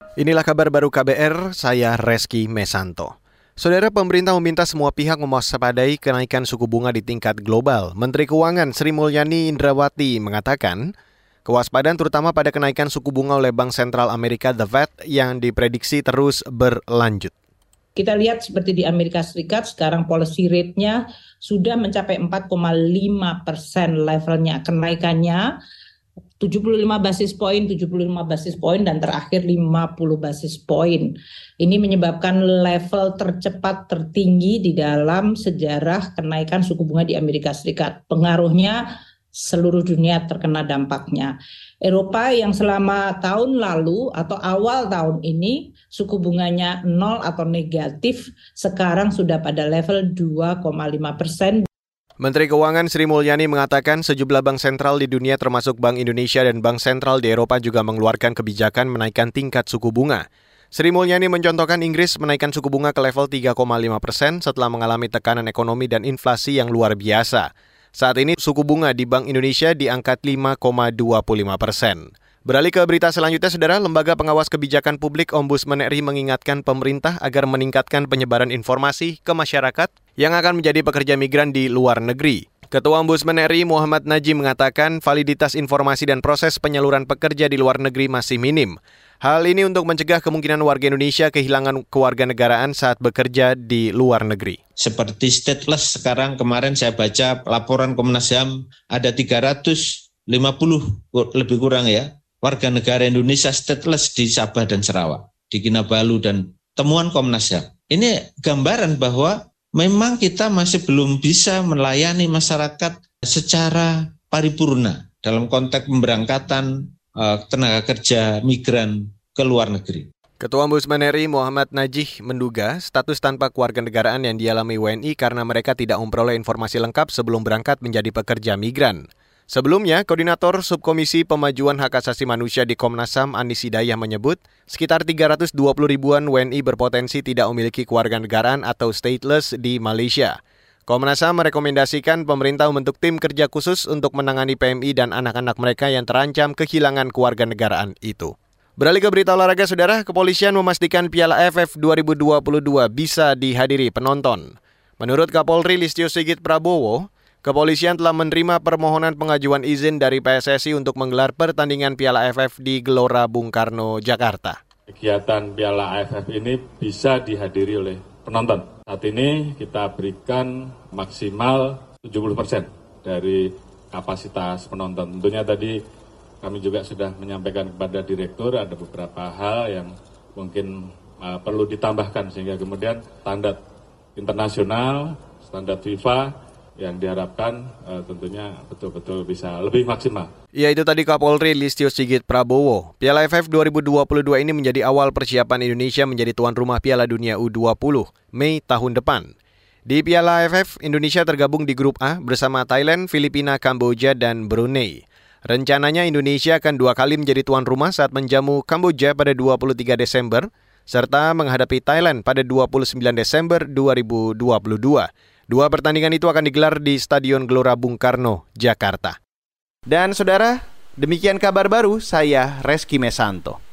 Inilah kabar baru KBR, saya Reski Mesanto. Saudara, pemerintah meminta semua pihak mewaspadai kenaikan suku bunga di tingkat global. Menteri Keuangan Sri Mulyani Indrawati mengatakan, kewaspadaan terutama pada kenaikan suku bunga oleh Bank Sentral Amerika The Fed yang diprediksi terus berlanjut. Kita lihat seperti di Amerika Serikat, sekarang policy rate-nya sudah mencapai 4,5% levelnya kenaikannya. 75 basis poin dan terakhir 50 basis poin. Ini menyebabkan level tercepat tertinggi di dalam sejarah kenaikan suku bunga di Amerika Serikat. Pengaruhnya seluruh dunia terkena dampaknya. Eropa yang selama tahun lalu atau awal tahun ini suku bunganya 0 atau negatif, sekarang sudah pada level 2,5%. Menteri Keuangan Sri Mulyani mengatakan sejumlah bank sentral di dunia termasuk Bank Indonesia dan bank sentral di Eropa juga mengeluarkan kebijakan menaikkan tingkat suku bunga. Sri Mulyani mencontohkan Inggris menaikkan suku bunga ke level 3,5% setelah mengalami tekanan ekonomi dan inflasi yang luar biasa. Saat ini suku bunga di Bank Indonesia diangkat 5,25%. Beralih ke berita selanjutnya, Saudara, Lembaga Pengawas Kebijakan Publik Ombudsman RI mengingatkan pemerintah agar meningkatkan penyebaran informasi ke masyarakat yang akan menjadi pekerja migran di luar negeri. Ketua Ombudsman RI Muhammad Najim mengatakan validitas informasi dan proses penyaluran pekerja di luar negeri masih minim. Hal ini untuk mencegah kemungkinan warga Indonesia kehilangan kewarganegaraan saat bekerja di luar negeri. Seperti stateless sekarang, kemarin saya baca laporan Komnas HAM ada 350 lebih kurang ya. Warga negara Indonesia stateless di Sabah dan Sarawak, di Kinabalu, dan temuan Komnas HAM. Ini gambaran bahwa memang kita masih belum bisa melayani masyarakat secara paripurna dalam konteks pemberangkatan tenaga kerja migran ke luar negeri. Ketua Ombudsman RI Muhammad Najih menduga status tanpa kewarganegaraan yang dialami WNI karena mereka tidak memperoleh informasi lengkap sebelum berangkat menjadi pekerja migran. Sebelumnya, Koordinator Subkomisi Pemajuan Hak Asasi Manusia di Komnas HAM Anis Hidayah menyebut sekitar 320 ribuan WNI berpotensi tidak memiliki kewarganegaraan atau stateless di Malaysia. Komnas HAM merekomendasikan pemerintah membentuk tim kerja khusus untuk menangani PMI dan anak-anak mereka yang terancam kehilangan kewarganegaraan itu. Beralih ke berita olahraga, Saudara, kepolisian memastikan Piala AFF 2022 bisa dihadiri penonton. Menurut Kapolri Listio Sigit Prabowo, kepolisian telah menerima permohonan pengajuan izin dari PSSI untuk menggelar pertandingan Piala AFF di Gelora Bung Karno, Jakarta. Kegiatan Piala AFF ini bisa dihadiri oleh penonton. Saat ini kita berikan maksimal 70% dari kapasitas penonton. Tentunya tadi kami juga sudah menyampaikan kepada direktur ada beberapa hal yang mungkin perlu ditambahkan sehingga kemudian standar internasional, standar FIFA yang diharapkan tentunya betul-betul bisa lebih maksimal. Ya, itu tadi Kapolri Listio Sigit Prabowo. Piala AFF 2022 ini menjadi awal persiapan Indonesia menjadi tuan rumah Piala Dunia U20 Mei tahun depan. Di Piala AFF, Indonesia tergabung di grup A bersama Thailand, Filipina, Kamboja, dan Brunei. Rencananya Indonesia akan 2 kali menjadi tuan rumah saat menjamu Kamboja pada 23 Desember, serta menghadapi Thailand pada 29 Desember 2022. 2 pertandingan itu akan digelar di Stadion Gelora Bung Karno, Jakarta. Dan Saudara, demikian kabar baru, saya Reski Mesanto.